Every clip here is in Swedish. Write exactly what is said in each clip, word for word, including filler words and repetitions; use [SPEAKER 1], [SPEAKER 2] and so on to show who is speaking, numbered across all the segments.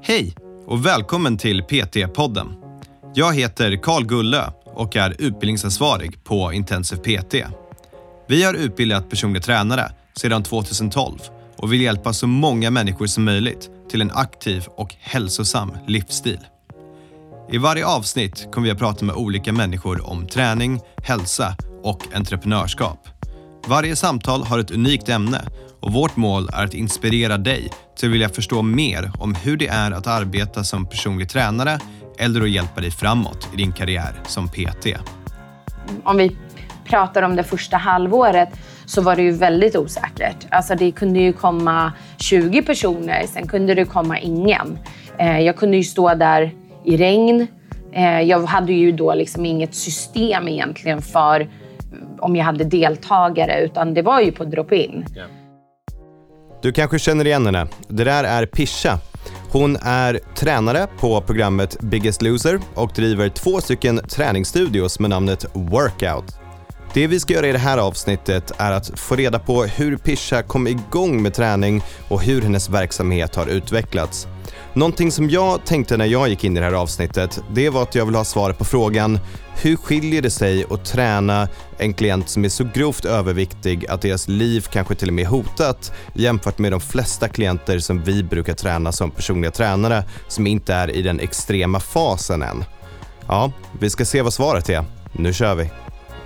[SPEAKER 1] Hej och välkommen till P T-podden. Jag heter Carl Gullö och är utbildningsansvarig på Intensiv P T. Vi har utbildat personliga tränare sedan tjugohundratolv och vill hjälpa så många människor som möjligt till en aktiv och hälsosam livsstil. I varje avsnitt kommer vi att prata med olika människor om träning, hälsa och entreprenörskap. Varje samtal har ett unikt ämne och vårt mål är att inspirera dig till att vilja förstå mer om hur det är att arbeta som personlig tränare eller att hjälpa dig framåt i din karriär som P T.
[SPEAKER 2] Om vi pratar om det första halvåret så var det ju väldigt osäkert. Alltså det kunde ju komma tjugo personer, sen kunde det komma ingen. Jag kunde ju stå där i regn. Jag hade ju då liksom inget system egentligen för om jag hade deltagare, utan det var ju på drop-in.
[SPEAKER 1] Yeah. Du kanske känner igen henne. Det där är Pisha. Hon är tränare på programmet Biggest Loser och driver två stycken träningsstudios med namnet Workout. Det vi ska göra i det här avsnittet är att få reda på hur Pisha kom igång med träning och hur hennes verksamhet har utvecklats. Någonting som jag tänkte när jag gick in i det här avsnittet, det var att jag vill ha svar på frågan: hur skiljer det sig att träna en klient som är så grovt överviktig att deras liv kanske till och med är hotat jämfört med de flesta klienter som vi brukar träna som personliga tränare som inte är i den extrema fasen än? Ja, vi ska se vad svaret är. Nu kör vi!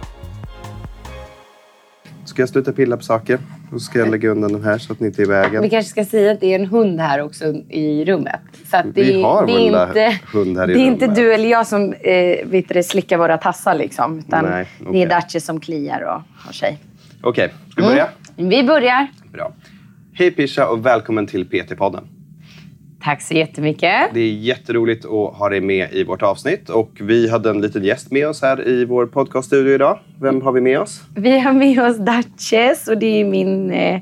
[SPEAKER 3] Ska jag sluta pilla på saker? Och ska jag lägga undan den här så att ni inte är i vägen?
[SPEAKER 2] Vi kanske ska säga att det är en hund här också i rummet. Så att det,
[SPEAKER 3] vi har
[SPEAKER 2] det
[SPEAKER 3] vår
[SPEAKER 2] är inte,
[SPEAKER 3] hund här i
[SPEAKER 2] det är
[SPEAKER 3] rummet.
[SPEAKER 2] inte du eller jag som eh, vet det, slickar våra tassar liksom. Utan
[SPEAKER 3] Nej, okay.
[SPEAKER 2] Det är Dace som kliar och har sig.
[SPEAKER 3] Okej, okay, ska vi börja?
[SPEAKER 2] Mm. Vi börjar.
[SPEAKER 3] Bra. Hej Pisha och välkommen till P T-podden.
[SPEAKER 2] Tack så jättemycket.
[SPEAKER 3] Det är jätteroligt att ha dig med i vårt avsnitt. Och vi hade en liten gäst med oss här i vår podcaststudio idag. Vem har vi med oss?
[SPEAKER 2] Vi har med oss Dace och det är min eh,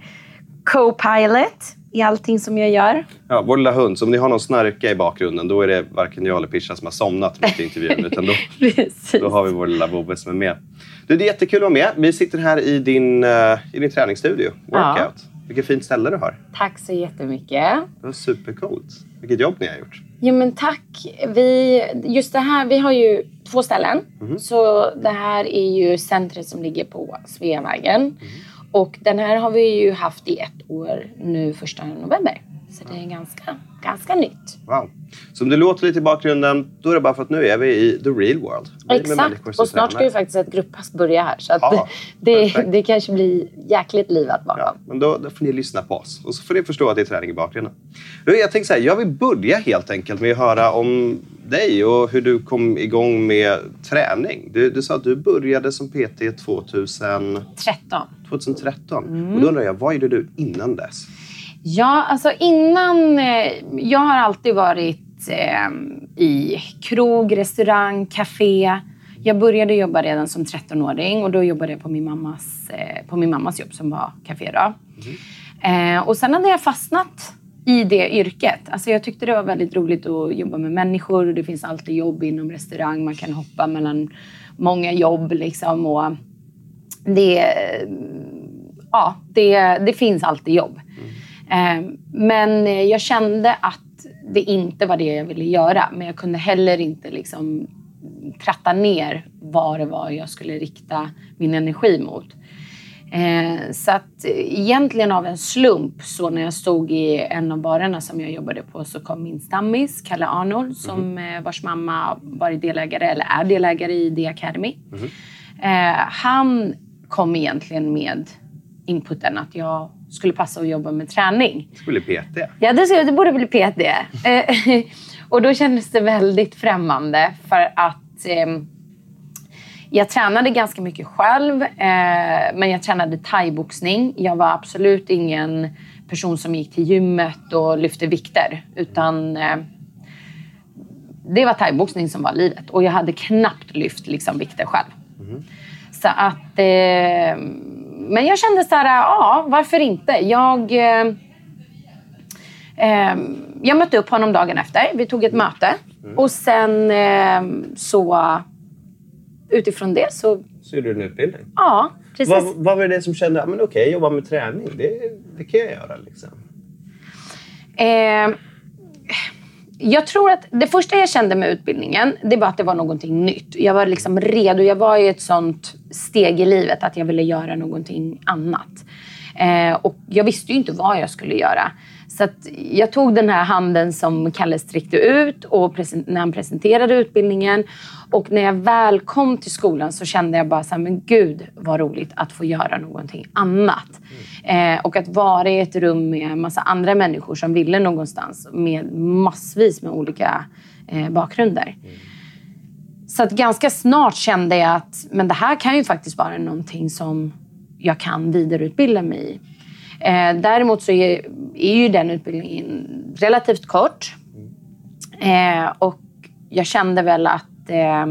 [SPEAKER 2] co-pilot i allting som jag gör.
[SPEAKER 3] Ja, vår lilla hund. Så om ni har någon snarka i bakgrunden, då är det varken jag eller Pisha som har somnat mitt i intervjun. Utan då, då har vi vår lilla bobbe som är med. Du, det är jättekul att vara med. Vi sitter här i din, uh, i din träningsstudio, Workout. Ja. Vilket fint ställe du har.
[SPEAKER 2] Tack så jättemycket.
[SPEAKER 3] Det var supercoolt. Vilket jobb ni har gjort.
[SPEAKER 2] Jo men tack. Vi, just det här, vi har ju två ställen. Mm. Så det här är ju centret som ligger på Sveavägen. Mm. Och den här har vi ju haft i ett år nu första november. Så det är ganska, ganska nytt.
[SPEAKER 3] Wow. Så om det låter lite i bakgrunden, då är det bara för att nu är vi i the real world.
[SPEAKER 2] Exakt, och snart ska ju faktiskt ett grupppass börja här. Så att ja, det, det kanske blir jäkligt livat bakom.
[SPEAKER 3] Ja, men då, då får ni lyssna på oss. Och så får ni förstå att det är träning i bakgrunden. Jag tänkte så här, jag vill börja helt enkelt med att höra om dig och hur du kom igång med träning. Du, du sa att du började som P T tjugotretton. tjugotretton. Mm. Och då undrar jag, vad gjorde du innan dess?
[SPEAKER 2] Ja, alltså innan... Eh, jag har alltid varit eh, i krog, restaurang, café. Jag började jobba redan som trettonåring och då jobbade jag på min mammas, eh, på min mammas jobb som var café då. Mm. Eh, och sen hade jag fastnat i det yrket. Alltså jag tyckte det var väldigt roligt att jobba med människor. Det finns alltid jobb inom restaurang. Man kan hoppa mellan många jobb liksom. Och det, ja, det, det finns alltid jobb. Mm. Men jag kände att det inte var det jag ville göra. Men jag kunde heller inte liksom kratta ner vad det var jag skulle rikta min energi mot. Så att egentligen av en slump, så när jag stod i en av barerna som jag jobbade på, så kom min stammis, Kalle Arnold, som mm. vars mamma varit delägare eller är delägare i The Academy. Mm. Han kom egentligen med inputen att jag skulle passa att jobba med träning.
[SPEAKER 3] Skulle P T?
[SPEAKER 2] Ja, det, det borde bli P T. Och då kändes det väldigt främmande för att eh, jag tränade ganska mycket själv. Eh, men jag tränade thaiboxning. Jag var absolut ingen person som gick till gymmet och lyfte vikter. Utan eh, det var thaiboxning som var livet. Och jag hade knappt lyft liksom, vikter själv. Mm. Så att... Eh, men jag kände så här, ja, varför inte? Jag... Eh, eh, jag mötte upp honom dagen efter. Vi tog ett möte. Mm. Och sen eh, så... Utifrån det så...
[SPEAKER 3] Så gjorde du en utbildning?
[SPEAKER 2] Ja, precis.
[SPEAKER 3] Vad, vad var det som kände, men okej, jobba med träning, det, det kan jag göra liksom?
[SPEAKER 2] Eh, jag tror att det första jag kände med utbildningen, det var att det var någonting nytt. Jag var liksom redo. Jag var i ett sånt steg i livet att jag ville göra någonting annat. Eh, och jag visste ju inte vad jag skulle göra. Så att jag tog den här handen som Kalle sträckte ut och presen- när han presenterade utbildningen. Och när jag väl kom till skolan så kände jag bara så här, men gud vad roligt att få göra någonting annat. Mm. Eh, och att vara i ett rum med en massa andra människor som ville någonstans med massvis med olika eh, bakgrunder. Mm. Så att ganska snart kände jag att men det här kan ju faktiskt vara någonting som jag kan vidareutbilda mig i. Eh, däremot så är, är ju den utbildningen relativt kort. Eh, och jag kände väl att eh,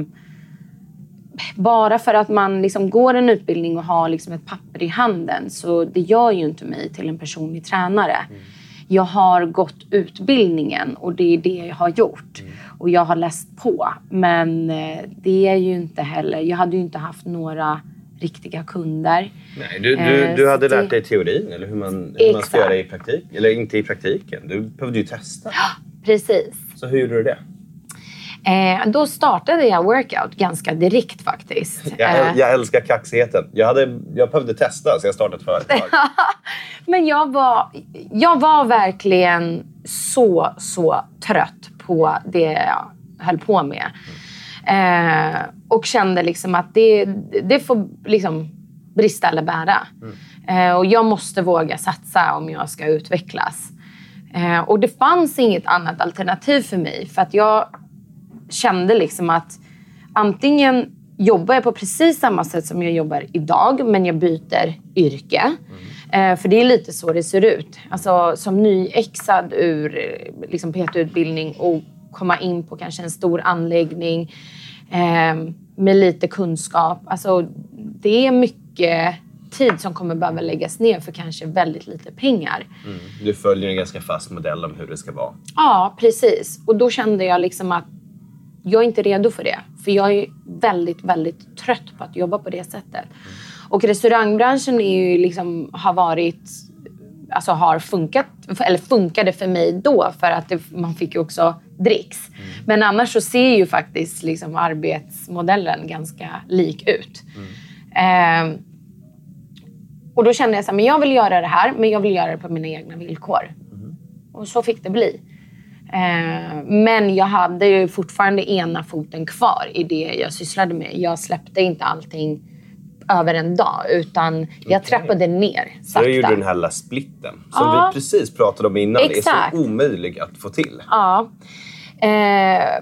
[SPEAKER 2] bara för att man liksom går en utbildning och har liksom ett papper i handen så det gör ju inte mig till en personlig tränare. Mm. Jag har gått utbildningen och det är det jag har gjort. Mm. Och jag har läst på. Men eh, det är ju inte heller... Jag hade ju inte haft några riktiga kunder.
[SPEAKER 3] Nej, du, du, du hade lärt dig teorin eller hur man, hur man ska göra i praktik. Eller inte i praktiken. Du behövde ju testa.
[SPEAKER 2] Ja, precis.
[SPEAKER 3] Så hur gjorde du det?
[SPEAKER 2] Eh, då startade jag workout ganska direkt faktiskt.
[SPEAKER 3] Jag, jag älskar kaxigheten. Jag, hade, jag behövde testa så jag startade ett företag.
[SPEAKER 2] Men jag var, jag var verkligen så, så trött på det jag höll på med. Eh, och kände liksom att det, det får liksom brista eller bära. Mm. Eh, och jag måste våga satsa om jag ska utvecklas. Eh, och det fanns inget annat alternativ för mig. För att jag kände liksom att antingen jobbar jag på precis samma sätt som jag jobbar idag. Men jag byter yrke. Mm. Eh, för det är lite så det ser ut. Alltså som nyexad ur liksom P T-utbildning och komma in på kanske en stor anläggning eh, med lite kunskap. Alltså det är mycket tid som kommer behöva läggas ner för kanske väldigt lite pengar.
[SPEAKER 3] Mm. Du följer en ganska fast modell om hur det ska vara.
[SPEAKER 2] Ja, precis. Och då kände jag liksom att jag är inte redo för det. För jag är väldigt, väldigt trött på att jobba på det sättet. Mm. Och restaurangbranschen är ju liksom, har varit... Alltså har funkat, eller funkade för mig då för att det, man fick ju också dricks. Mm. Men annars så ser ju faktiskt liksom arbetsmodellen ganska lik ut. Mm. Eh, och då kände jag så här, men jag vill göra det här, men jag vill göra det på mina egna villkor. Mm. Och så fick det bli. Eh, men jag hade ju fortfarande ena foten kvar i det jag sysslade med. Jag släppte inte allting över en dag, utan jag okay. trappade ner sakta.
[SPEAKER 3] Så jag gjorde den här lilla splitten som ja. vi precis pratade om innan. Exakt. Det är så omöjligt att få till.
[SPEAKER 2] Ja. Eh,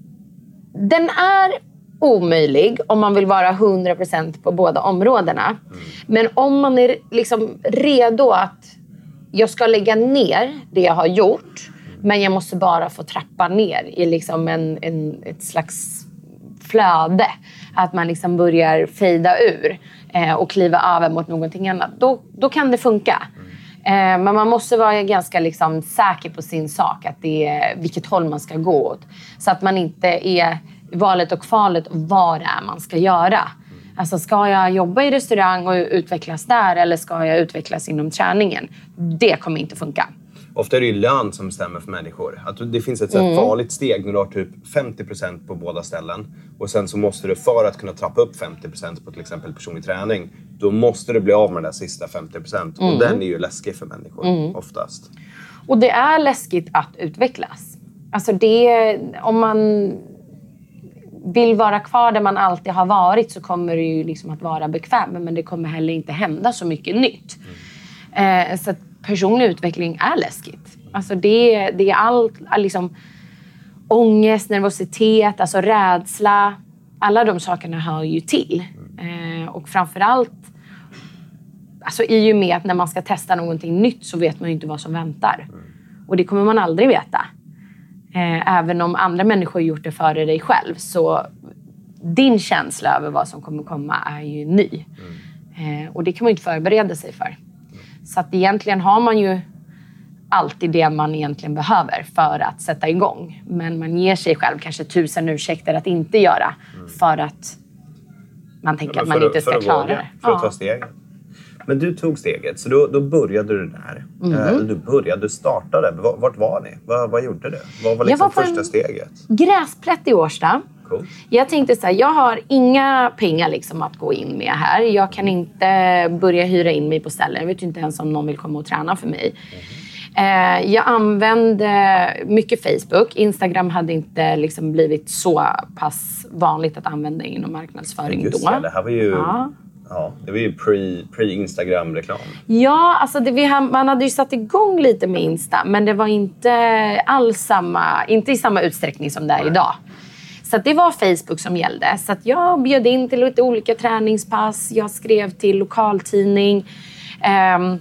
[SPEAKER 2] den är omöjlig om man vill vara hundra procent på båda områdena. Mm. Men om man är liksom redo att jag ska lägga ner det jag har gjort, mm. men jag måste bara få trappa ner i liksom en, en, ett slags flöde. Att man liksom börjar fejda ur eh, och kliva över mot någonting annat. Då, då kan det funka. Mm. Eh, men man måste vara ganska liksom säker på sin sak. Att det är vilket håll man ska gå åt. Så att man inte är valet och kvalet och vad det är man ska göra. Mm. Alltså ska jag jobba i restaurang och utvecklas där? Eller ska jag utvecklas inom träningen? Det kommer inte funka.
[SPEAKER 3] Ofta är det ju lön som bestämmer för människor. Att det finns ett så mm. farligt steg när du har typ femtio procent på båda ställen. Och sen så måste du, för att kunna trappa upp femtio procent på till exempel personlig träning, då måste du bli av med den där sista femtio procent. Mm. Och den är ju läskig för människor mm. oftast.
[SPEAKER 2] Och det är läskigt att utvecklas. Alltså det, om man vill vara kvar där man alltid har varit så kommer det ju liksom att vara bekväm. Men det kommer heller inte hända så mycket nytt. Mm. Eh, så att personlig utveckling är läskigt. Alltså det, det är allt, liksom ångest, nervositet, alltså rädsla. Alla de sakerna hör ju till. Eh, och framförallt, alltså i och med att när man ska testa någonting nytt så vet man ju inte vad som väntar. Och det kommer man aldrig veta. Eh, även om andra människor har gjort det före dig själv. Så din känsla över vad som kommer komma är ju ny. Eh, och det kan man ju inte förbereda sig för. Så att egentligen har man ju alltid det man egentligen behöver för att sätta igång. Men man ger sig själv kanske tusen ursäkter att inte göra. Mm. För att man tänker ja, att man
[SPEAKER 3] att,
[SPEAKER 2] inte ska
[SPEAKER 3] för
[SPEAKER 2] klara
[SPEAKER 3] våga,
[SPEAKER 2] det.
[SPEAKER 3] För att
[SPEAKER 2] ja.
[SPEAKER 3] ta steg. Men du tog steget, så då, då började du där. Mm. Eh, du började, du startade. Vart var ni? Vad, vad gjorde du? Vad var liksom
[SPEAKER 2] var
[SPEAKER 3] första steget?
[SPEAKER 2] Gräsplätt i Årsta.
[SPEAKER 3] Cool.
[SPEAKER 2] Jag tänkte så här, jag har inga pengar liksom att gå in med här. Jag kan inte börja hyra in mig på ställen. Jag vet inte ens om någon vill komma och träna för mig. Mm. Eh, jag använde mycket Facebook. Instagram hade inte liksom blivit så pass vanligt att använda inom marknadsföring
[SPEAKER 3] Just
[SPEAKER 2] då.
[SPEAKER 3] Det, det här var ju...
[SPEAKER 2] Ja.
[SPEAKER 3] Ja, det var ju pre, pre-Instagram-reklam.
[SPEAKER 2] Ja, alltså det, vi, man hade ju satt igång lite med Insta. Men det var inte alls samma, inte i samma utsträckning som det är idag. Så att det var Facebook som gällde. Så att jag bjöd in till lite olika träningspass. Jag skrev till lokaltidning. Um,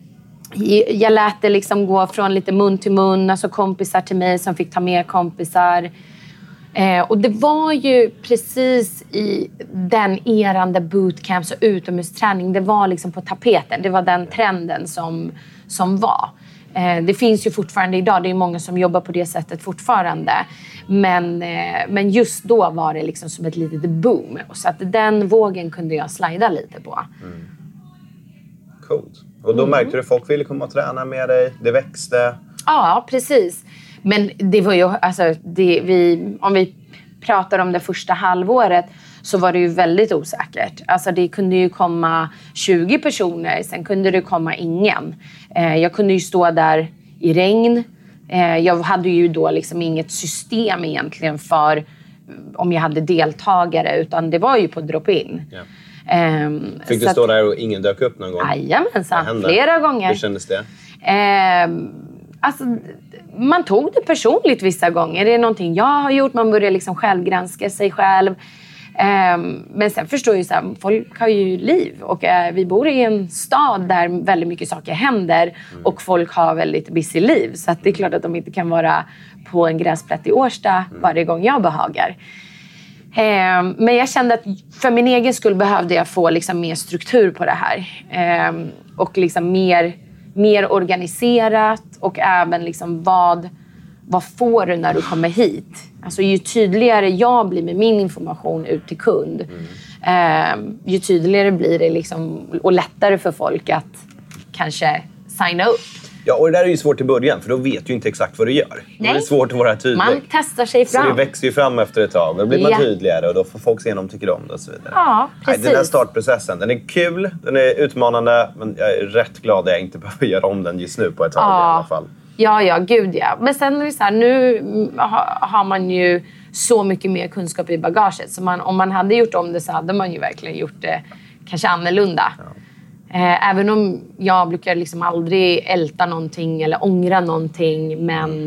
[SPEAKER 2] jag lät det liksom gå från lite mun till mun. Alltså kompisar till mig som fick ta med kompisar. Eh, och det var ju precis i den eran där bootcamps och utomhusträning, det var liksom på tapeten. Det var den trenden som, som var. Eh, det finns ju fortfarande idag, det är många som jobbar på det sättet fortfarande. Men, eh, men just då var det liksom som ett litet boom. Så att den vågen kunde jag slida lite på.
[SPEAKER 3] Mm. Coolt. Och då märkte du att folk ville komma och träna med dig, det växte.
[SPEAKER 2] Ja, precis. Men det var ju, alltså, det, vi, om vi pratar om det första halvåret så var det ju väldigt osäkert. Alltså det kunde ju komma tjugo personer, sen kunde det komma ingen. Eh, jag kunde ju stå där i regn. Eh, jag hade ju då liksom inget system egentligen för om jag hade deltagare, utan det var ju på drop-in.
[SPEAKER 3] Yeah. Eh, Fick du stå där och ingen dök upp någon gång?
[SPEAKER 2] Jajamensan, flera gånger.
[SPEAKER 3] Hur kändes det?
[SPEAKER 2] Eh, alltså... Man tog det personligt vissa gånger. Det är någonting jag har gjort. Man börjar liksom självgranska sig själv. Um, men sen förstår jag ju så här, folk har ju liv. Och uh, vi bor i en stad där väldigt mycket saker händer. Mm. Och folk har väldigt busy liv. Så att det är klart att de inte kan vara på en gräsplätt i Årsta mm. varje gång jag behagar. Um, men jag kände att för min egen skull behövde jag få liksom mer struktur på det här. Um, och liksom mer... mer organiserat och även liksom vad, vad får du när du kommer hit. Alltså ju tydligare jag blir med min information ut till kund, mm. eh, ju tydligare blir det liksom, och lättare för folk att kanske signa upp.
[SPEAKER 3] Ja, och det där är ju svårt i början, för då vet du inte exakt vad du gör. Nej. Då är det svårt att vara tydlig.
[SPEAKER 2] Man testar sig fram.
[SPEAKER 3] Så det växer ju fram efter ett tag. Då blir man
[SPEAKER 2] ja.
[SPEAKER 3] tydligare och då får folk se om de tycker om det och så vidare.
[SPEAKER 2] Ja, precis.
[SPEAKER 3] Nej, den här startprocessen, den är kul, den är utmanande, men jag är rätt glad att jag inte behöver göra om den just nu på ett tag ja. i alla fall.
[SPEAKER 2] Ja, ja, gud ja. Men sen är det så här, nu har man ju så mycket mer kunskap i bagaget. Så man, om man hade gjort om det så hade man ju verkligen gjort det kanske annorlunda. Ja. Även om jag brukar liksom aldrig älta någonting eller ångra någonting. Men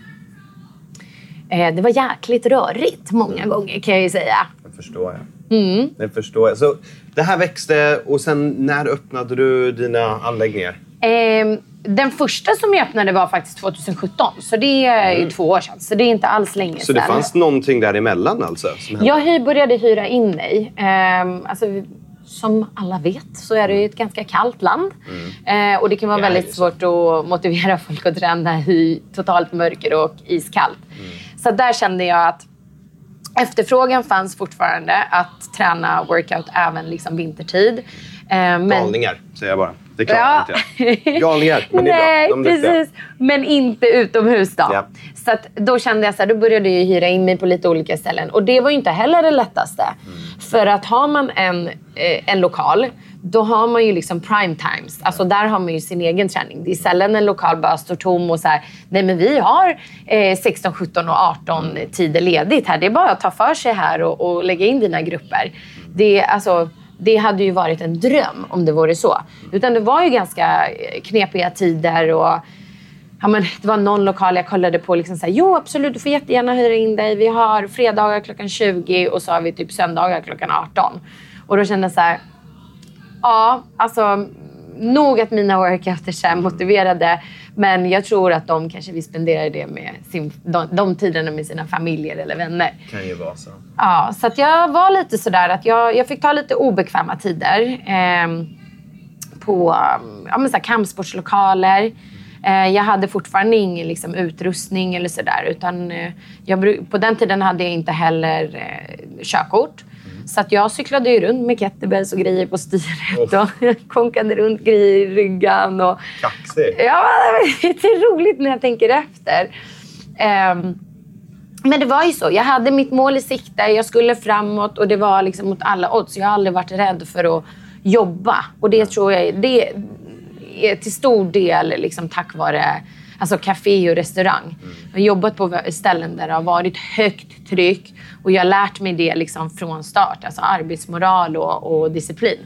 [SPEAKER 2] eh, det var jäkligt rörigt många mm. gånger kan jag ju säga.
[SPEAKER 3] Det förstår jag. Mm. Det förstår jag. Så det här växte och sen när öppnade du dina anläggningar?
[SPEAKER 2] Eh, den första som jag öppnade var faktiskt tjugohundrasjutton. Så det är ju mm. två år sedan. Så det är inte alls länge sedan.
[SPEAKER 3] Så det fanns någonting däremellan alltså? Som
[SPEAKER 2] jag började hyra in mig. Eh, alltså... Som alla vet så är det ju ett ganska kallt land. Mm. Eh, och det kan vara ja, väldigt svårt att motivera folk att träna i totalt mörker och iskallt. Mm. Så där kände jag att efterfrågan fanns fortfarande att träna workout även liksom vintertid. Eh, men...
[SPEAKER 3] Galningar, säger jag bara. Det klarar ja. inte jag. Galningar, men det är
[SPEAKER 2] Nej,
[SPEAKER 3] bra. De
[SPEAKER 2] precis. Men inte utomhus då. Ja. Så att då kände jag så här, då började jag hyra in mig på lite olika ställen. Och det var ju inte heller det lättaste. Mm. För att har man en, eh, en lokal, då har man ju liksom prime times. Alltså där har man ju sin egen träning. Det är sällan en lokal bara står tom och så här, nej men vi har eh, sexton, sjutton och arton tider ledigt här. Det är bara att ta för sig här och, och lägga in dina grupper. Det är alltså... Det hade ju varit en dröm om det vore så. Utan det var ju ganska knepiga tider. Och, ja, men det var någon lokal jag kollade på. Liksom så här, jo, absolut, du får jättegärna hyra in dig. Vi har fredagar klockan tjugo och så har vi typ söndagar klockan arton. Och då kände jag så här... Ja, alltså... Nog att mina workouters är motiverade. Men jag tror att de kanske vill spendera det med sin, de, de tiderna med sina familjer eller vänner.
[SPEAKER 3] Kan ju vara så.
[SPEAKER 2] Ja, så att jag var lite sådär att jag, jag fick ta lite obekväma tider. Eh, på ja, men så här, kampsportslokaler. Eh, jag hade fortfarande ingen liksom, utrustning eller sådär. Utan eh, jag, på den tiden hade jag inte heller eh, körkort. Så att jag cyklade ju runt med kettlebells och grejer på styret. Oh. Och konkade runt grejer i ryggan. Och...
[SPEAKER 3] Kaxig.
[SPEAKER 2] Ja, det är roligt när jag tänker efter. Um, men det var ju så. Jag hade mitt mål i sikte. Jag skulle framåt och det var liksom mot alla odds. Jag har aldrig varit rädd för att jobba. Och det tror jag det är till stor del liksom tack vare alltså café och restaurang. Mm. Jag har jobbat på ställen där det har varit högt tryck. Och jag har lärt mig det liksom från start. Alltså arbetsmoral och, och disciplin.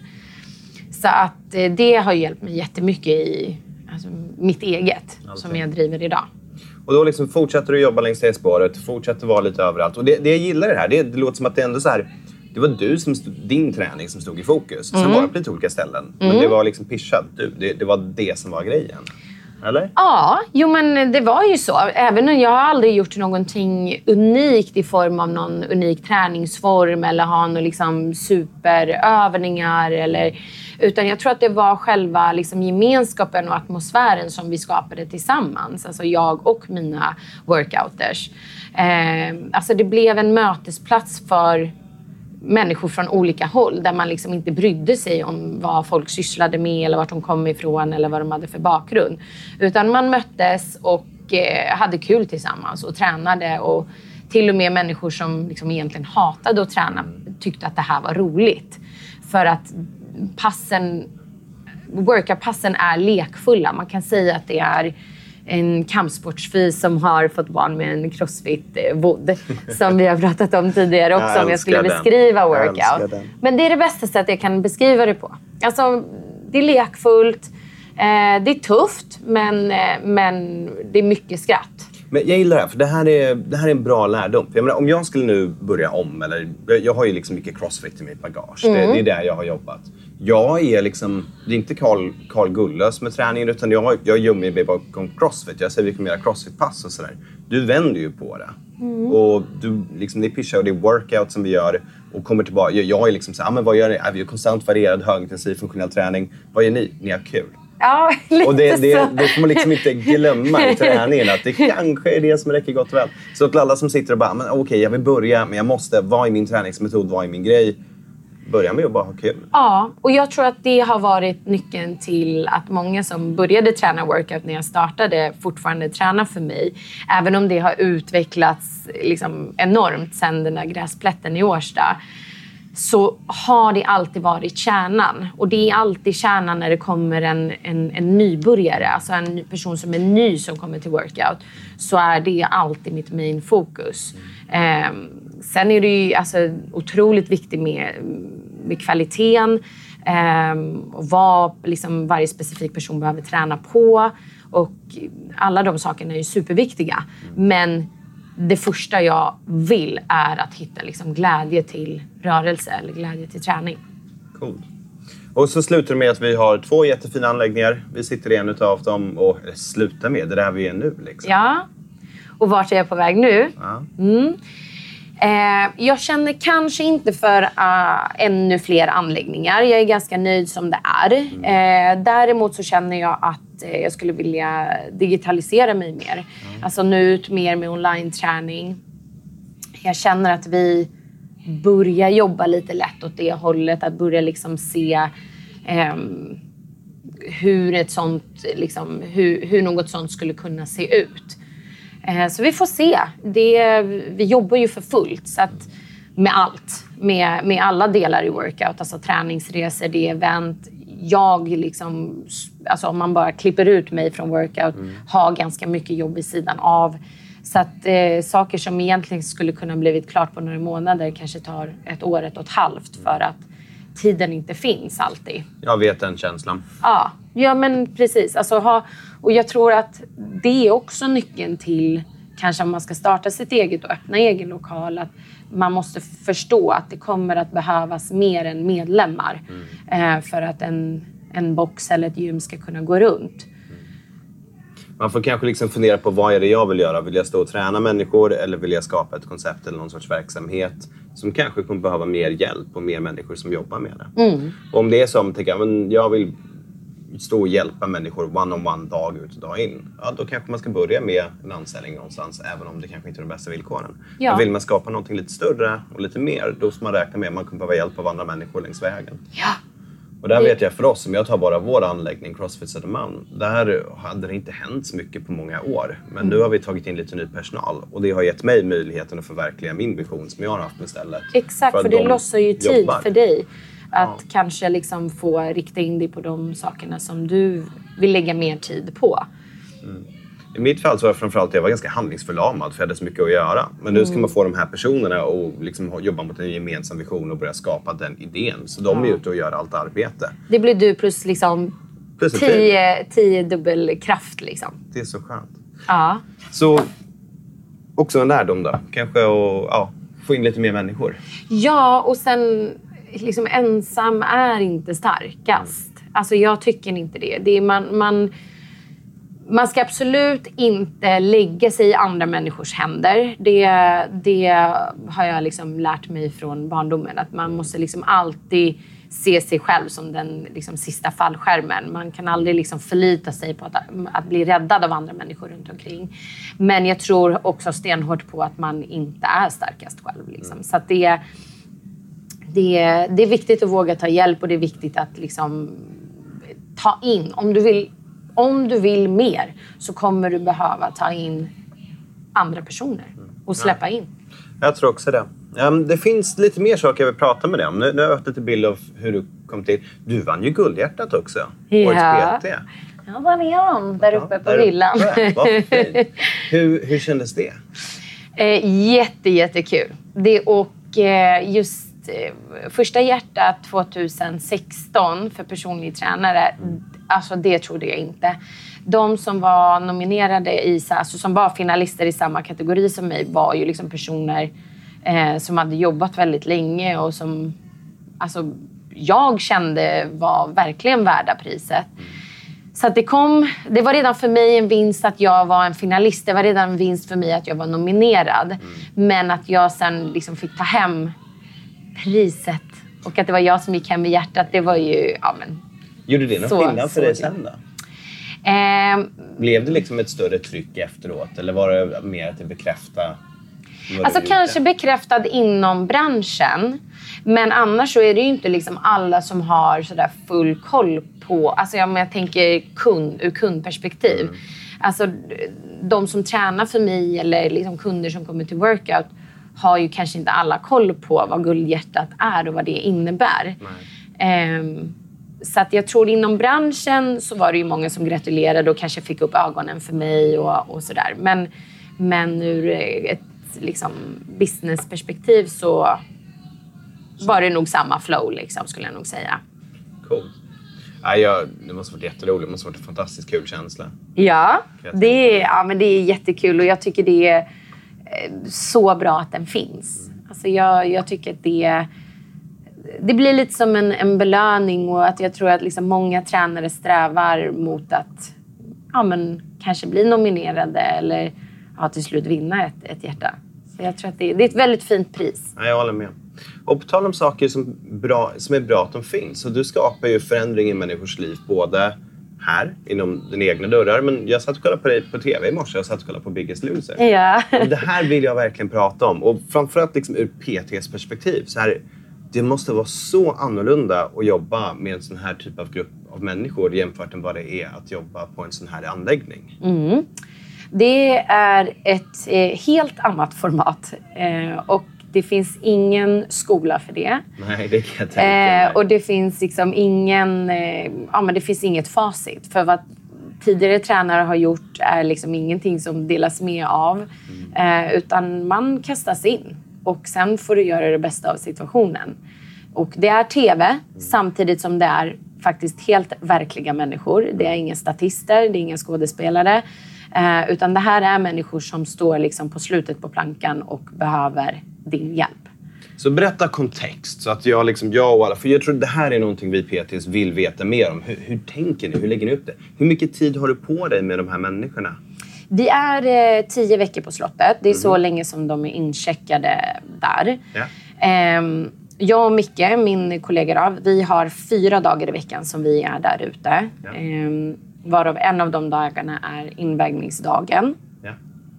[SPEAKER 2] Så att det har hjälpt mig jättemycket i alltså, mitt eget okay. som jag driver idag.
[SPEAKER 3] Och då liksom fortsätter du jobba längs det spåret, fortsätter vara lite överallt. Och det, det jag gillar det här, det, det låter som att det ändå så här, det var du som stod, din träning som stod i fokus. Mm. Sen var det på lite olika ställen. Men mm. det var liksom pischad du, det, det var det som var grejen. Eller?
[SPEAKER 2] Ja, jo men det var ju så. Även om jag har aldrig gjort någonting unikt i form av någon unik träningsform eller ha några liksom superövningar eller... Utan jag tror att det var själva liksom gemenskapen och atmosfären som vi skapade tillsammans. Alltså jag och mina workouters. Eh, alltså det blev en mötesplats för människor från olika håll. Där man liksom inte brydde sig om vad folk sysslade med eller vart de kom ifrån eller vad de hade för bakgrund. Utan man möttes och eh, hade kul tillsammans och tränade. Och till och med människor som liksom egentligen hatade att träna tyckte att det här var roligt. För att passen, workout-passen är lekfulla. Man kan säga att det är en kampsportsfys som har fått barn med en crossfit-vod. Som vi har pratat om tidigare också jag om jag skulle den. beskriva workout. Men det är det bästa sättet jag kan beskriva det på. Alltså, det är lekfullt. Eh, det är tufft, men, men det är mycket skratt.
[SPEAKER 3] Men jag gillar det här, för det här är, det här är en bra lärdom. För jag menar, om jag skulle nu börja om, eller jag har ju liksom mycket crossfit i mitt bagage. Mm. Det, det är där jag har jobbat. Jag är liksom, det är inte Carl, Carl Gullös med träningen, utan jag, jag gömmer mig bakom crossfit. Jag säger mycket mer crossfit-pass och sådär. Du vänder ju på det. Mm. Och du, liksom, det är pischa och det är workout som vi gör. Och kommer tillbaka, jag, jag är liksom så här, ah, men vad gör ni? Vi gör konstant varierad, högintensiv, funktionell träning. Vad gör ni? Ni har kul.
[SPEAKER 2] Ja, lite
[SPEAKER 3] och det, det,
[SPEAKER 2] så.
[SPEAKER 3] det får man liksom inte glömma i träningen. Att det kanske är det som räcker gott och väl. Så att alla som sitter och bara, men okej, okay, jag vill börja, men jag måste, vad är min träningsmetod, vad är min grej? Börja med att bara ha kul.
[SPEAKER 2] Ja, och jag tror att det har varit nyckeln till att många som började träna workout när jag startade fortfarande tränar för mig. Även om det har utvecklats liksom enormt sedan den där gräsplätten i Årsta. Så har det alltid varit kärnan. Och det är alltid kärnan när det kommer en, en, en nybörjare. Alltså en person som är ny som kommer till workout. Så är det alltid mitt main fokus. Eh, sen är det ju alltså, otroligt viktigt med, med kvaliteten. Eh, och vad liksom, varje specifik person behöver träna på. Och alla de sakerna är ju superviktiga. Men det första jag vill är att hitta liksom glädje till rörelse eller glädje till träning.
[SPEAKER 3] Coolt. Och så slutar det med att vi har två jättefina anläggningar. Vi sitter i en utav dem och slutar med det där vi är nu. Liksom.
[SPEAKER 2] Ja, och vart är jag på väg nu?
[SPEAKER 3] Ja.
[SPEAKER 2] Mm. Eh, jag känner kanske inte för uh, ännu fler anläggningar. Jag är ganska nöjd som det är. Mm. Eh, däremot så känner jag att eh, jag skulle vilja digitalisera mig mer. Mm. Alltså nå ut mer med online-träning. Jag känner att vi börjar jobba lite lätt åt det hållet. Att börja liksom se eh, hur, ett sånt, liksom, hur, hur något sånt skulle kunna se ut. Så vi får se. Det, vi jobbar ju för fullt så att med allt. Med, med alla delar i workout. Alltså träningsresor, det är event. Jag liksom, alltså om man bara klipper ut mig från workout. Mm. Har ganska mycket jobb i sidan av. Så att eh, saker som egentligen skulle kunna blivit klart på några månader. Kanske tar ett år, ett och ett halvt. För att tiden inte finns alltid.
[SPEAKER 3] Jag vet den känslan.
[SPEAKER 2] Ja, ja men precis. Alltså, ha, och jag tror att det är också nyckeln till kanske om man ska starta sitt eget och öppna egen lokal. Att man måste förstå att det kommer att behövas mer än medlemmar. Mm. Eh, för att en, en box eller ett gym ska kunna gå runt.
[SPEAKER 3] Man får kanske liksom fundera på vad är det jag vill göra. Vill jag stå och träna människor eller vill jag skapa ett koncept eller någon sorts verksamhet som kanske kommer behöva mer hjälp och mer människor som jobbar med det. Mm. Och om det är som, tänker jag, men jag vill stå och hjälpa människor one-on-one dag ut och dag in. Ja, då kanske man ska börja med en anställning någonstans, även om det kanske inte är de bästa villkoren. Ja. Men vill man skapa någonting lite större och lite mer, då ska man räkna med att man kommer behöva hjälp av andra människor längs vägen.
[SPEAKER 2] Ja.
[SPEAKER 3] Och där vet jag för oss, om jag tar bara vår anläggning CrossFit Södermalm, där hade det inte hänt så mycket på många år. Men mm. nu har vi tagit in lite ny personal och det har gett mig möjligheten att förverkliga min vision som jag har haft med stället.
[SPEAKER 2] Exakt, för, för det lossar ju tid
[SPEAKER 3] jobbar.
[SPEAKER 2] för dig att
[SPEAKER 3] ja.
[SPEAKER 2] kanske liksom få rikta in dig på de sakerna som du vill lägga mer tid på.
[SPEAKER 3] Mm. I mitt fall så var jag framförallt jag var ganska handlingsförlamad för jag hade så mycket att göra. Men nu ska mm. man få de här personerna och liksom jobba mot en gemensam vision och börja skapa den idén. Så de ja. är ute och gör allt arbete.
[SPEAKER 2] Det blir du plus liksom plus tio, tio dubbel kraft liksom.
[SPEAKER 3] Det är så skönt.
[SPEAKER 2] Ja.
[SPEAKER 3] Så också en lärdom då. Kanske att ja, få in lite mer människor.
[SPEAKER 2] Ja, och sen liksom ensam är inte starkast. Mm. Alltså jag tycker inte det. Det är man... man Man ska absolut inte lägga sig i andra människors händer. Det, det har jag liksom lärt mig från barndomen. Att man måste liksom alltid se sig själv som den liksom sista fallskärmen. Man kan aldrig liksom förlita sig på att, att bli räddad av andra människor runt omkring. Men jag tror också stenhårt på att man inte är starkast själv. Liksom. Så att det, det, det är viktigt att våga ta hjälp och det är viktigt att liksom ta in. Om du vill... Om du vill mer så kommer du behöva ta in andra personer och släppa in.
[SPEAKER 3] Jag tror också det. Det finns lite mer saker jag vill prata med dig om. Nu har jag haft lite bild av hur du kom till. Du vann ju Guldhjärtat också.
[SPEAKER 2] Ja.
[SPEAKER 3] Årets P T.
[SPEAKER 2] Ja, vad är de där uppe ja, på hyllan?
[SPEAKER 3] hur, hur kändes det?
[SPEAKER 2] Eh, jätte, jättekul. Det och eh, just eh, första hjärtat tjugohundrasexton för personlig tränare. Mm. Alltså det trodde jag inte. De som var nominerade i, alltså som var finalister i samma kategori som mig var ju liksom personer eh, som hade jobbat väldigt länge och som alltså, jag kände var verkligen värda priset. Så att det kom, det var redan för mig en vinst att jag var en finalist. Det var redan en vinst för mig att jag var nominerad. Mm. Men att jag sen liksom fick ta hem priset och att det var jag som gick hem i hjärtat, det var ju, ja men...
[SPEAKER 3] Gjorde det någon skillnad för dig sen då?
[SPEAKER 2] Eh,
[SPEAKER 3] Blev det liksom ett större tryck efteråt? Eller var det mer att det bekräftade?
[SPEAKER 2] Alltså kanske bekräftad inom branschen. Men annars så är det ju inte liksom alla som har sådär full koll på... Alltså jag, jag tänker kund, ur kundperspektiv. Mm. Alltså de som tränar för mig eller liksom kunder som kommer till workout har ju kanske inte alla koll på vad Guldhjärtat är och vad det innebär. Eh, Så att jag tror inom branschen så var det ju många som gratulerade och kanske fick upp ögonen för mig och, och sådär. Men, men ur ett liksom, businessperspektiv så var det nog samma flow liksom, skulle jag nog säga.
[SPEAKER 3] Coolt. Ja, jag, det måste varit jätteroligt. Det måste varit en fantastiskt kul känsla.
[SPEAKER 2] Ja, det är, ja men det är jättekul och jag tycker det är så bra att den finns. Alltså jag, jag tycker att det är... Det blir lite som en, en belöning och att jag tror att liksom många tränare strävar mot att ja, men, kanske bli nominerade eller ja, till slut vinna ett, ett hjärta. Så jag tror att det, det är ett väldigt fint pris.
[SPEAKER 3] Ja, jag håller med. Och på tal om saker som, bra, som är bra att de finns. Så du skapar ju förändring i människors liv både här inom den egna dörrar. Men jag satt och kollade på dig på tv i morse. Jag satt och kollade på Biggest Loser.
[SPEAKER 2] Ja.
[SPEAKER 3] Och det här vill jag verkligen prata om. Och framförallt liksom ur P T:s perspektiv. Så här, det måste vara så annorlunda att jobba med en sån här typ av grupp av människor jämfört med vad det är att jobba på en sån här anläggning.
[SPEAKER 2] Mm. Det är ett eh, helt annat format eh, och det finns ingen skola för det.
[SPEAKER 3] Nej, det kan jag tänka mig.
[SPEAKER 2] Eh, och det finns liksom ingen, eh, ja men det finns inget facit. För vad tidigare tränare har gjort är liksom ingenting som delas med av. Mm. Eh, utan man kastas in. Och sen får du göra det bästa av situationen. Och det är tv mm. samtidigt som det är faktiskt helt verkliga människor. Det är inga statister, det är inga skådespelare. Eh, utan det här är människor som står liksom på slutet på plankan och behöver din hjälp.
[SPEAKER 3] Så berätta kontext så att jag, liksom, jag och alla... För jag tror det här är någonting vi P T:s vill veta mer om. Hur, hur tänker ni? Hur lägger ni upp det? Hur mycket tid har du på dig med de här människorna?
[SPEAKER 2] Vi är eh, tio veckor på slottet. Det är mm. så länge som de är incheckade där.
[SPEAKER 3] Ja.
[SPEAKER 2] Eh, jag och Micke, min kollega, då, vi har fyra dagar i veckan som vi är där ute.
[SPEAKER 3] Ja.
[SPEAKER 2] Eh, varav en av de dagarna är invägningsdagen.
[SPEAKER 3] Ja.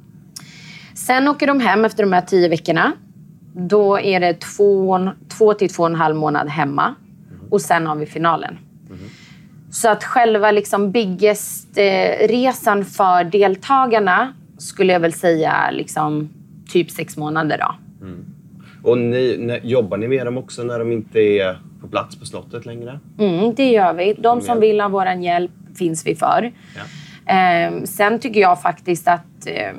[SPEAKER 2] Sen åker de hem efter de här tio veckorna. Då är det två, två till två och en halv månad hemma. Mm. Och sen har vi finalen. Mm. Så att själva liksom biggest-resan för deltagarna skulle jag väl säga liksom typ sex månader då. Mm.
[SPEAKER 3] Och ni, när, jobbar ni med dem också när de inte är på plats på slottet längre?
[SPEAKER 2] Mm, det gör vi. De som vill ha våran hjälp finns vi för. Ja. Eh, sen tycker jag faktiskt att eh,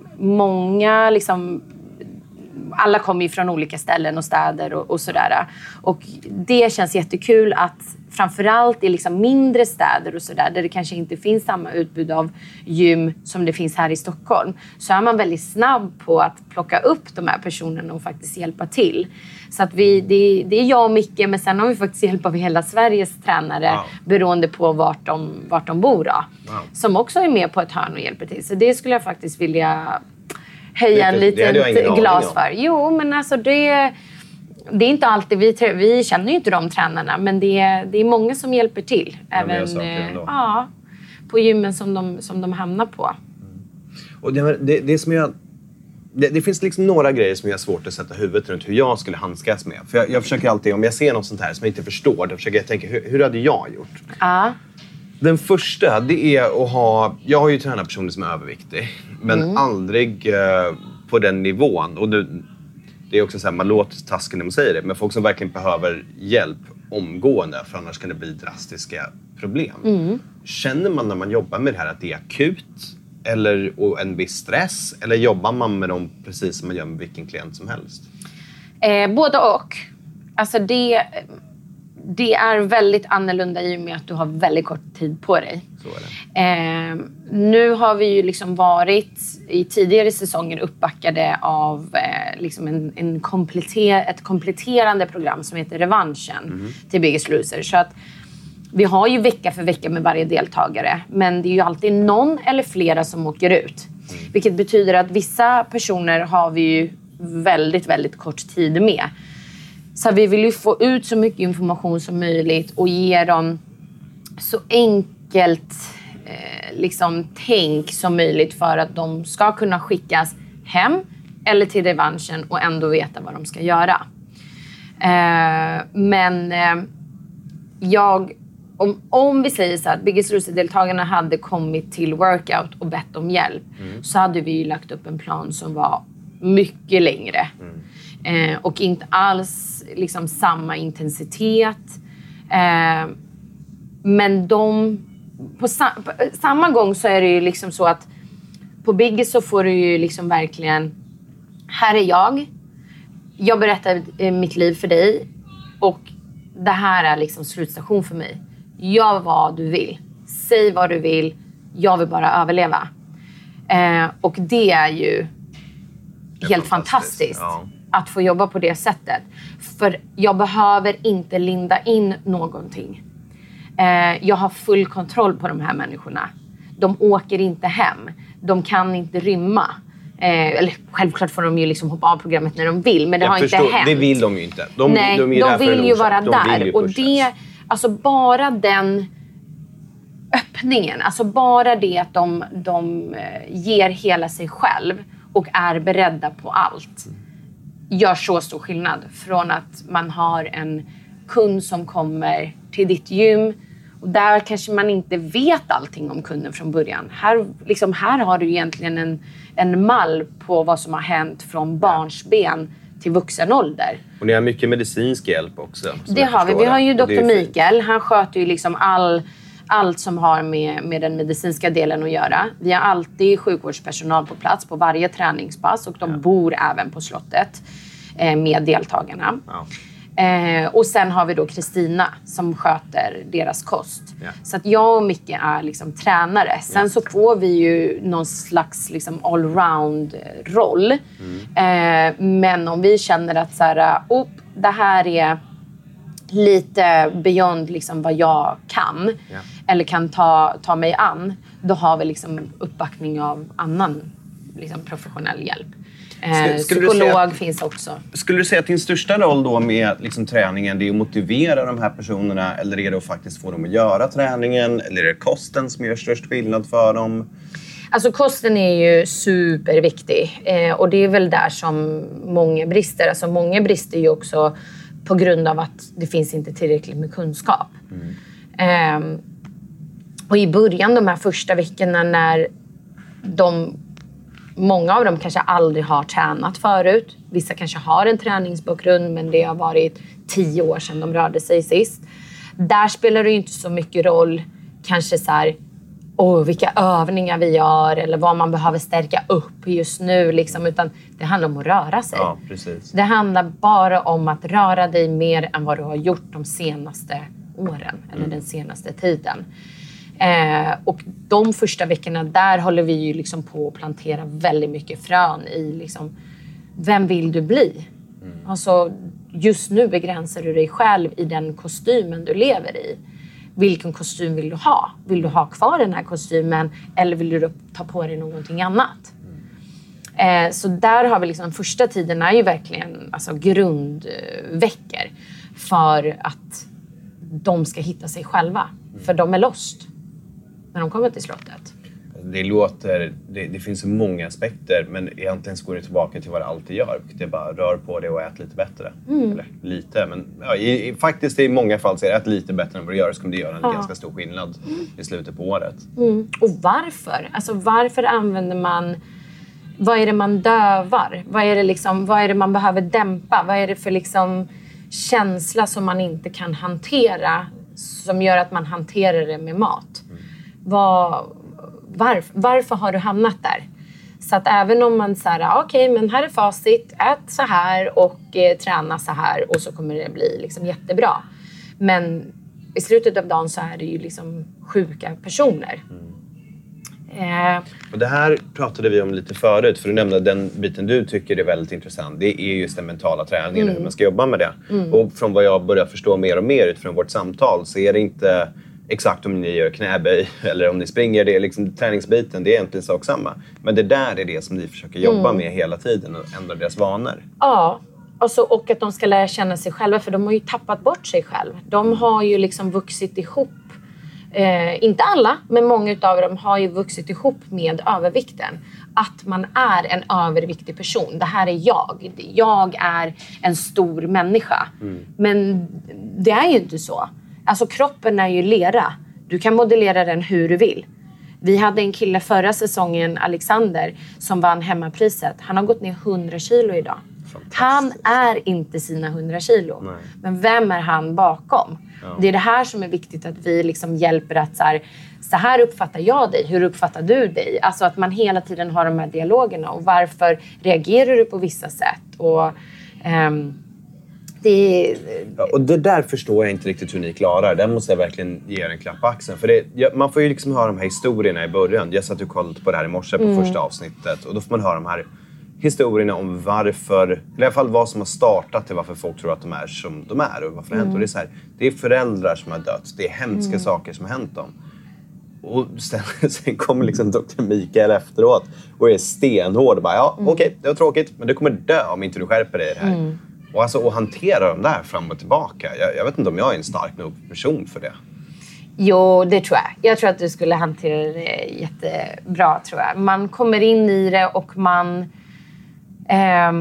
[SPEAKER 2] många liksom... Alla kommer ju från olika ställen och städer och, och sådär. Och det känns jättekul att framförallt i liksom mindre städer och sådär, där det kanske inte finns samma utbud av gym som det finns här i Stockholm, så är man väldigt snabb på att plocka upp de här personerna och faktiskt hjälpa till. Så att vi, det, det är jag och Micke, men sen har vi faktiskt hjälp av hela Sveriges tränare, wow. beroende på vart de, vart de bor då. Wow. Som också är med på ett hörn och hjälper till. Så det skulle jag faktiskt vilja höja en liten glas för. Jo, men alltså det... Det är inte alltid, vi, vi känner ju inte de tränarna, men det är, det är många som hjälper till. Även eh, ja, på gymmen som de, som de hamnar på.
[SPEAKER 3] Mm. Och det, det, det, som jag, det, det finns liksom några grejer som jag har svårt att sätta huvudet runt hur jag skulle handskas med. För jag, jag försöker alltid, om jag ser något sånt här som jag inte förstår, då försöker jag tänka, hur, hur hade jag gjort?
[SPEAKER 2] Ja.
[SPEAKER 3] Den första, det är att ha... Jag har ju tränat personer som är överviktig, men mm. aldrig eh, på den nivån. Och du, det är också så här, man låter taskigt när man säger det, men folk som verkligen behöver hjälp omgående, för annars kan det bli drastiska problem. Mm. Känner man när man jobbar med det här att det är akut eller och en viss stress, eller jobbar man med dem precis som man gör med vilken klient som helst?
[SPEAKER 2] Eh, både och. Alltså det, det är väldigt annorlunda i och med att du har väldigt kort tid på dig.
[SPEAKER 3] Så är det.
[SPEAKER 2] Eh, nu har vi ju liksom varit i tidigare säsonger uppbackade av eh, liksom en, en kompletter, ett kompletterande program som heter Revanschen mm. till Biggest Loser. Så att vi har ju vecka för vecka med varje deltagare, men det är ju alltid någon eller flera som åker ut. Mm. Vilket betyder att vissa personer har vi ju väldigt, väldigt kort tid med. Så vi vill ju få ut så mycket information som möjligt och ge dem så enkelt eh, liksom tänk som möjligt för att de ska kunna skickas hem eller till revanschen och ändå veta vad de ska göra. Eh, men eh, jag, om, om vi säger så att Biggest Loser-deltagarna hade kommit till workout och bett om hjälp, mm. så hade vi ju lagt upp en plan som var mycket längre. Mm. Eh, och inte alls liksom samma intensitet. Eh, men de... På, sa, på samma gång så är det ju liksom så att på Biggest så får du ju liksom verkligen... Här är jag. Jag berättar eh, mitt liv för dig. Och det här är liksom slutstation för mig. Gör vad du vill. Säg vad du vill. Jag vill bara överleva. Eh, och det är ju det är helt fantastiskt. fantastiskt. Ja. Att få jobba på det sättet. För jag behöver inte linda in någonting. Eh, jag har full kontroll på de här människorna. De åker inte hem. De kan inte rymma. Eh, eller självklart får de ju liksom hoppa av programmet när de vill. Men det jag har förstår, inte hänt.
[SPEAKER 3] Det vill de ju inte. De,
[SPEAKER 2] Nej, de, de vill ju vara de där. Ju och det, alltså bara den öppningen. Alltså bara det att de, de ger hela sig själv. Och är beredda på allt. Gör så stor skillnad. Från att man har en kund som kommer till ditt gym. Och där kanske man inte vet allting om kunden från början. Här, liksom, här har du egentligen en, en mall på vad som har hänt från barnsben till vuxen ålder.
[SPEAKER 3] Och ni har mycket medicinsk hjälp också.
[SPEAKER 2] Det har vi. Vi har ju doktor Mikael. Han sköter ju liksom all... Allt som har med, med den medicinska delen att göra. Vi har alltid sjukvårdspersonal på plats på varje träningspass. Och de ja. bor även på slottet eh, med deltagarna. Ja. Eh, och sen har vi då Kristina som sköter deras kost. Ja. Så att jag och Micke är liksom tränare. Sen ja. så får vi ju någon slags liksom allround-roll. Mm. Eh, men om vi känner att så här, oh, det här är... lite beyond liksom vad jag kan ja. eller kan ta, ta mig an, då har vi liksom uppbackning av annan liksom professionell hjälp. Eh,
[SPEAKER 3] skulle
[SPEAKER 2] psykolog
[SPEAKER 3] att,
[SPEAKER 2] finns också.
[SPEAKER 3] Skulle du säga att din största roll då med liksom träningen, det är att motivera de här personerna, eller är det att faktiskt få dem att göra träningen, eller är det kosten som gör störst skillnad för dem?
[SPEAKER 2] Alltså kosten är ju superviktig eh, och det är väl där som många brister. Alltså många brister ju också på grund av att det finns inte tillräckligt med kunskap. Mm. Eh, och i början, de här första veckorna när de, många av dem kanske aldrig har tränat förut. Vissa kanske har en träningsbakgrund men det har varit tio år sedan de rörde sig sist. Där spelar det ju inte så mycket roll kanske så här, oh, vilka övningar vi gör eller vad man behöver stärka upp just nu. Liksom, utan det handlar om att röra sig.
[SPEAKER 3] Ja, precis.
[SPEAKER 2] Det handlar bara om att röra dig mer än vad du har gjort de senaste åren. Eller mm. den senaste tiden. Eh, och de första veckorna där håller vi ju liksom på att plantera väldigt mycket frön i liksom, vem vill du bli? Mm. Alltså, just nu begränsar du dig själv i den kostymen du lever i. Vilken kostym vill du ha? Vill du ha kvar den här kostymen eller vill du ta på dig någonting annat? Mm. Eh, så där har vi liksom, första tiden är ju verkligen alltså, grundveckor för att de ska hitta sig själva. Mm. För de är lost när de kommer till slottet.
[SPEAKER 3] Det låter, det, det finns så många aspekter, men egentligen så går det tillbaka till vad det alltid gör. Det är bara rör på det och ät lite bättre. Mm. Eller lite, men ja, i, i, faktiskt i många fall så är det ät lite bättre än vad du gör, så kommer det göra en ja. ganska stor skillnad mm. i slutet på året.
[SPEAKER 2] Mm. Och varför? Alltså varför använder man, vad är det man dövar? Vad är det, liksom, vad är det man behöver dämpa? Vad är det för liksom känsla som man inte kan hantera som gör att man hanterar det med mat? Mm. Vad... Varför, varför har du hamnat där? Så att även om man säger okej, okay, men här är facit, ät så här och eh, träna så här och så kommer det bli liksom jättebra. Men i slutet av dagen så är det ju liksom sjuka personer. Mm. Eh.
[SPEAKER 3] Och det här pratade vi om lite förut, för du nämnde den biten du tycker är väldigt intressant. Det är just den mentala träningen, mm. hur man ska jobba med det. Mm. Och från vad jag börjar förstå mer och mer utifrån vårt samtal så är det inte exakt om ni gör knäböj eller om ni springer, det är liksom träningsbiten, det är egentligen sak samma. Men det där är det som ni försöker jobba mm. med hela tiden och ändra deras vanor.
[SPEAKER 2] Ja, alltså, och att de ska lära känna sig själva, för de har ju tappat bort sig själv. De har ju liksom vuxit ihop, eh, inte alla, men många av dem har ju vuxit ihop med övervikten. Att man är en överviktig person. Det här är jag. Jag är en stor människa. Mm. Men det är ju inte så. Alltså kroppen är ju lera. Du kan modellera den hur du vill. Vi hade en kille förra säsongen, Alexander, som vann hemmapriset. Han har gått ner hundra kilo idag. Han är inte sina hundra kilo. Nej. Men vem är han bakom? Ja. Det är det här som är viktigt, att vi liksom hjälper att så här, så här uppfattar jag dig. Hur uppfattar du dig? Alltså att man hela tiden har de här dialogerna. Och varför reagerar du på vissa sätt? Och... Ehm, Det...
[SPEAKER 3] Ja, och det där förstår jag inte riktigt hur ni klarar. Där måste jag verkligen ge er en klapp på axeln. För det, ja, man får ju liksom höra de här historierna i början. Jag satt och kollade på det här i morse på mm. första avsnittet. Och då får man höra de här historierna om varför, eller i alla fall vad som har startat till varför folk tror att de är som de är. Och varför mm. det har hänt. Och det är så här, det är föräldrar som har dött. Det är hemska mm. saker som har hänt dem. Och sen, sen kommer liksom doktor Mikael efteråt och är stenhård. Och bara, ja, mm. okej, okay, det var tråkigt. Men du kommer dö om inte du skärper dig i det här. Mm. Och alltså att hantera dem där fram och tillbaka. Jag, jag vet inte om jag är en stark nog person för det.
[SPEAKER 2] Jo, det tror jag. Jag tror att du skulle hantera det jättebra, tror jag. Man kommer in i det och man... Eh,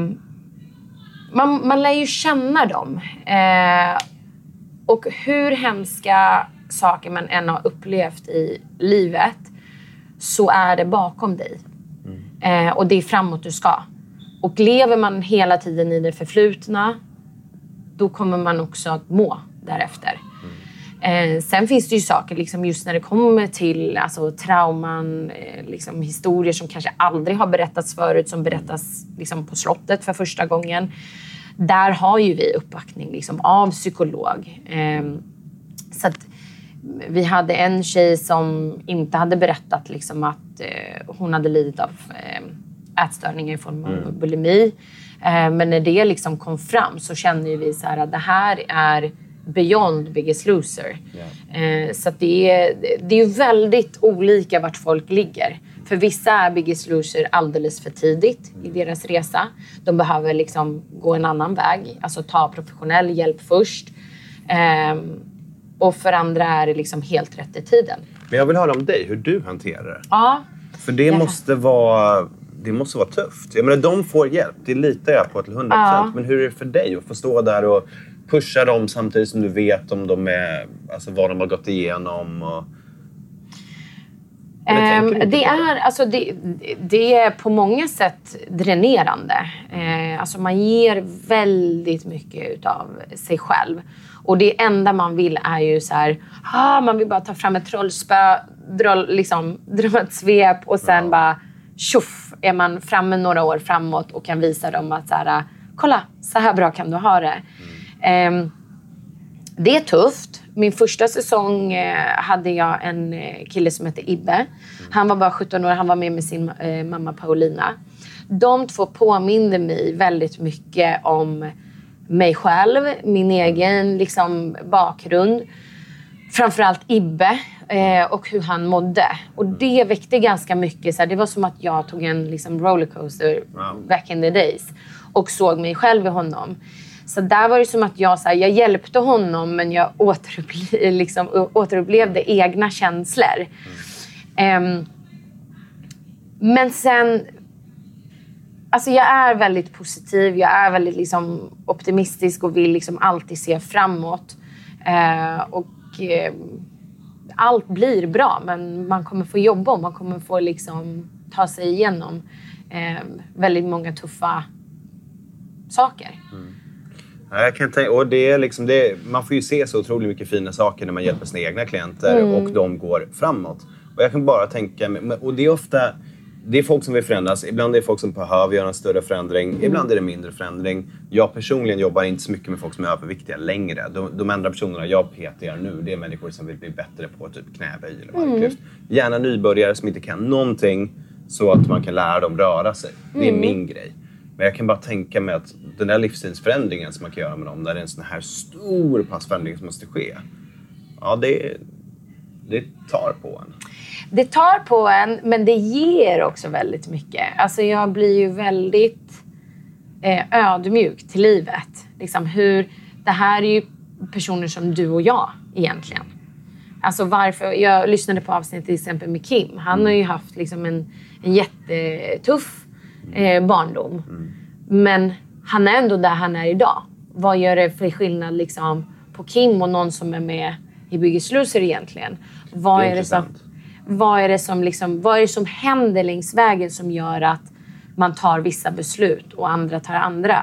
[SPEAKER 2] man, man lär ju känna dem. Eh, och hur hemska saker man än har upplevt i livet så är det bakom dig. Mm. Eh, och det är framåt du ska. Och lever man hela tiden i det förflutna, då kommer man också att må därefter. Mm. Eh, sen finns det ju saker, liksom just när det kommer till alltså, trauman, eh, liksom, historier som kanske aldrig har berättats förut, som berättas liksom, på slottet för första gången. Där har ju vi uppbackning liksom, av psykolog. Eh, så att vi hade en tjej som inte hade berättat liksom, att eh, hon hade lidit av... Eh, ätstörningar i form av mm. bulimi. Eh, men när det liksom kom fram så kände vi så här att det här är beyond Biggest Loser. Yeah. Eh, så att det är, det är väldigt olika vart folk ligger. för vissa är Biggest Loser alldeles för tidigt i deras resa. De behöver liksom gå en annan väg. Alltså ta professionell hjälp först. Um, och för andra är det liksom helt rätt i tiden.
[SPEAKER 3] Men jag vill höra om dig, hur du hanterar det.
[SPEAKER 2] Ja.
[SPEAKER 3] För det måste vara, det måste vara tufft. Jag menar, de får hjälp, det litar jag på till hundra procent. Ja. Men hur är det för dig att få stå där och pusha dem samtidigt som du vet om de är, alltså vad de har gått igenom? Och...
[SPEAKER 2] Um, det, är, alltså det, det är på många sätt dränerande. Uh, alltså man ger väldigt mycket utav sig själv. Och det enda man vill är ju så här, ah, man vill bara ta fram ett trollspö, dra, liksom, dra ett svep och sen ja. bara tjoff, är man framme några år framåt och kan visa dem att så här, kolla, så här bra kan du ha det. Mm. Um, det är tufft. Min första säsong eh, hade jag en eh, kille som hette Ibbe. Mm. Han var bara sjutton år, han var med med sin eh, mamma Paulina. De två påminde mig väldigt mycket om mig själv, min egen liksom, bakgrund. Framförallt Ibbe eh, och hur han mådde. Och det väckte ganska mycket. Så här, det var som att jag tog en liksom, rollercoaster wow. back in the days. Och såg mig själv i honom. Så där var det som att jag, så här, jag hjälpte honom men jag återupplev, liksom, återupplevde egna känslor. Mm. Um, men sen... Alltså jag är väldigt positiv, jag är väldigt liksom, optimistisk och vill liksom, alltid se framåt. Uh, och uh, allt blir bra men man kommer få jobba och man kommer få liksom, ta sig igenom uh, väldigt många tuffa saker. Mm.
[SPEAKER 3] Jag kan tänka, och det är liksom det, man får ju se så otroligt mycket fina saker när man hjälper sina egna klienter mm. och de går framåt. Och jag kan bara tänka, och det är ofta, det är folk som vill förändras. Ibland är det folk som behöver göra en större förändring. Mm. Ibland är det mindre förändring. Jag personligen jobbar inte så mycket med folk som är överviktiga längre. De, de andra personerna jag petar nu, det är människor som vill bli bättre på typ knäböj eller marklyft. Mm. Gärna nybörjare som inte kan någonting så att man kan lära dem röra sig. Det är mm. min grej. Men jag kan bara tänka mig att den där livsstilsförändringen som man kan göra med dem, där det är en sån här stor passförändring som måste ske. Ja, det, det tar på en.
[SPEAKER 2] Det tar på en, men det ger också väldigt mycket. Alltså jag blir ju väldigt eh, ödmjuk till livet. Liksom hur, det här är ju personer som du och jag egentligen. Alltså varför, jag lyssnade på avsnitt till exempel med Kim. Han har ju haft liksom en, en jättetuff eh, barndom. Mm. Men han är ändå där han är idag. Vad gör det för skillnad liksom, på Kim och någon som är med i Biggest Loser egentligen? Vad är, är det som... Vad är det som, liksom, vad är det som händer längs vägen som gör att man tar vissa beslut och andra tar andra?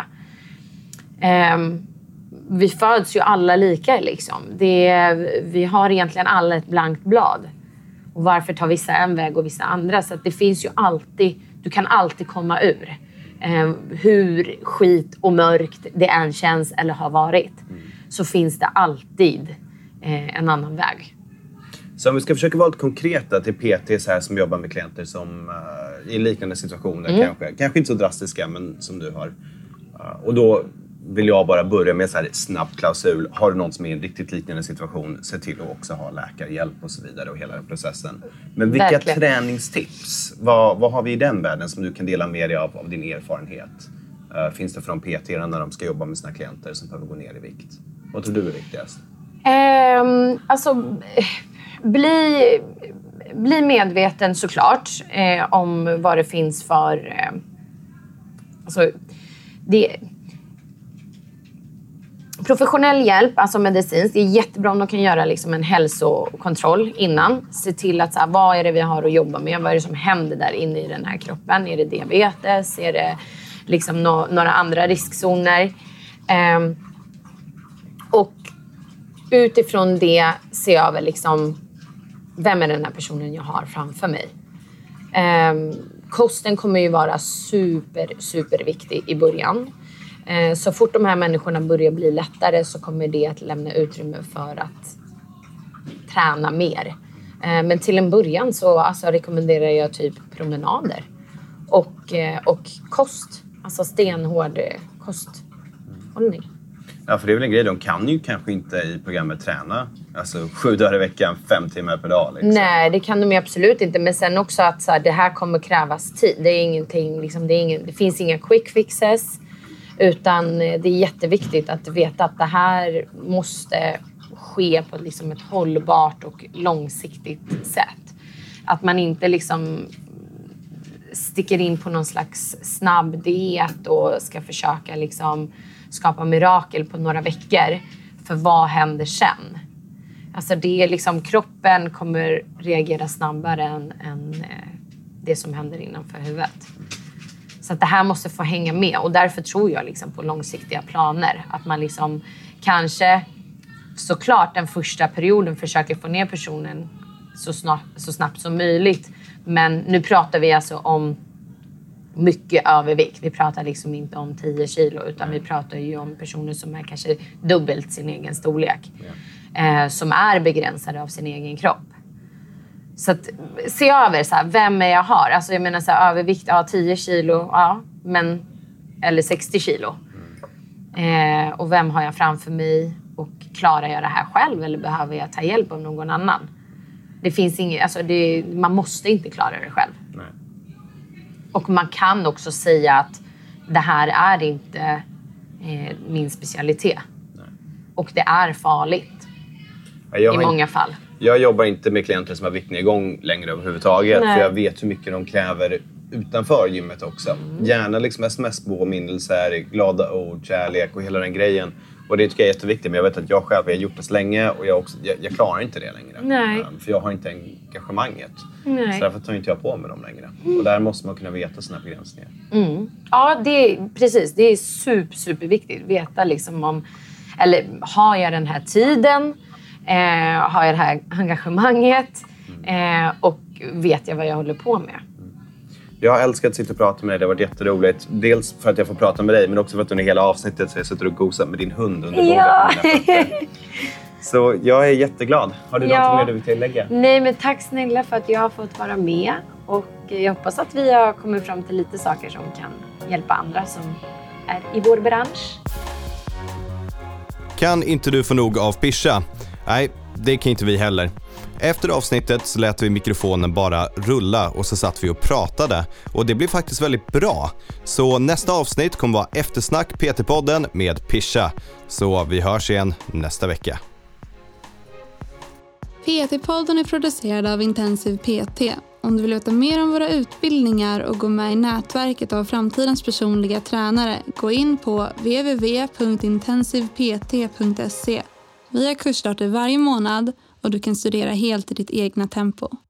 [SPEAKER 2] Um, vi föds ju alla lika. Liksom. Det är, vi har egentligen alla ett blankt blad. Och varför tar vissa en väg och vissa andra? Så att det finns ju alltid, du kan alltid komma ur. Um, hur skit och mörkt det än känns eller har varit. Mm. Så finns det alltid eh, en annan väg.
[SPEAKER 3] Så om vi ska försöka vara lite konkreta till P T:s här som jobbar med klienter som uh, i liknande situationer mm. kanske. Kanske inte så drastiska men som du har. Uh, och då vill jag bara börja med så här snabb klausul. Har du någon som är i en riktigt liknande situation, se till att också ha läkarhjälp och så vidare och hela den processen. Men vilka Verkligen. träningstips, vad, vad har vi i den världen som du kan dela med dig av, av din erfarenhet? Uh, finns det från P T när de ska jobba med sina klienter som behöver gå ner i vikt? Vad tror du är viktigast?
[SPEAKER 2] Um, alltså... Bli, bli medveten såklart eh, om vad det finns för... Eh, alltså, det, professionell hjälp, alltså medicinskt, det är jättebra om de kan göra liksom en hälsokontroll innan. Se till att så här, vad är det vi har att jobba med? Vad är det som händer där inne i den här kroppen? Är det diabetes? Är det liksom no, några andra riskzoner? Eh, och utifrån det se över liksom, vem är den här personen jag har framför mig. Eh, kosten kommer ju vara super, super viktig i början. Eh, så fort de här människorna börjar bli lättare så kommer det att lämna utrymme för att träna mer. Eh, men till en början så alltså, rekommenderar jag typ promenader. Och, eh, och kost. Alltså stenhård kosthållning.
[SPEAKER 3] Ja, för det är väl en grej. De kan ju kanske inte i programmet träna Alltså sju dagar i veckan, fem timmar per dag. Liksom.
[SPEAKER 2] Nej, det kan de ju absolut inte. Men sen också att så här, det här kommer krävas tid. Det är ingenting, liksom, det, är ingen, det finns inga quick fixes. Utan det är jätteviktigt att veta att det här måste ske på liksom ett hållbart och långsiktigt sätt. Att man inte liksom sticker in på någon slags snabb diet och ska försöka liksom skapa mirakel på några veckor. För vad händer sen? Alltså det är liksom, kroppen kommer reagera snabbare än, än det som händer innanför huvudet. Så att det här måste få hänga med. Och därför tror jag liksom på långsiktiga planer. Att man liksom kanske såklart den första perioden försöker få ner personen så snabbt, så snabbt som möjligt. Men nu pratar vi alltså om mycket övervikt. Vi pratar liksom inte om tio kilo utan vi pratar ju om personer som är kanske dubbelt sin egen storlek. Yeah. Eh, som är begränsade av sin egen kropp. Så att se över så här, vem är jag har. Alltså jag menar så här, övervikt, ja tio kilo, ja. Men, eller sextio kilo. Eh, och vem har jag framför mig? Och klarar jag det här själv eller behöver jag ta hjälp av någon annan? Det finns inget, alltså det, man måste inte klara det själv.
[SPEAKER 3] Nej.
[SPEAKER 2] Och man kan också säga att det här är inte eh, min specialitet. Nej. Och det är farligt. Ja, i många fall.
[SPEAKER 3] Jag jobbar inte med klienter som har viktnedgång längre överhuvudtaget. Nej. För jag vet hur mycket de kräver utanför gymmet också. Mm. Gärna liksom sms-påminnelser, glada ord, kärlek och hela den grejen. Och det tycker jag är jätteviktigt. Men jag vet att jag själv har gjort det så länge och jag, också, jag, jag klarar inte det längre.
[SPEAKER 2] Nej.
[SPEAKER 3] För jag har inte engagemanget.
[SPEAKER 2] Nej.
[SPEAKER 3] Så därför tar inte jag på mig dem längre. Mm. Och där måste man kunna veta sina begränsningar.
[SPEAKER 2] Mm. Ja, det är, precis. Det är super, superviktigt. Veta liksom om... Eller har jag den här tiden? Eh, har jag det här engagemanget? Eh, och vet jag vad jag håller på med?
[SPEAKER 3] Jag har älskat att sitta och prata med dig. Det har varit jätteroligt. Dels för att jag får prata med dig, men också för att under hela avsnittet så jag sitter och gosar med din hund under bordet.
[SPEAKER 2] Ja.
[SPEAKER 3] Så jag är jätteglad. Har du
[SPEAKER 2] ja.
[SPEAKER 3] något mer du vill tillägga?
[SPEAKER 2] Nej, men tack snälla för att jag har fått vara med. Och jag hoppas att vi har kommit fram till lite saker som kan hjälpa andra som är i vår bransch.
[SPEAKER 1] Kan inte du få nog av Pisha? Nej, det kan inte vi heller. Efter avsnittet så lät vi mikrofonen bara rulla och så satt vi och pratade. Och det blev faktiskt väldigt bra. Så nästa avsnitt kommer vara Eftersnack P T-podden med Pisha. Så vi hörs igen nästa vecka.
[SPEAKER 4] P T-podden är producerad av Intensiv P T. Om du vill veta mer om våra utbildningar och gå med i nätverket av framtidens personliga tränare, gå in på w w w punkt intensiv p t punkt se. Vi har kursstarter varje månad och du kan studera helt i ditt egna tempo.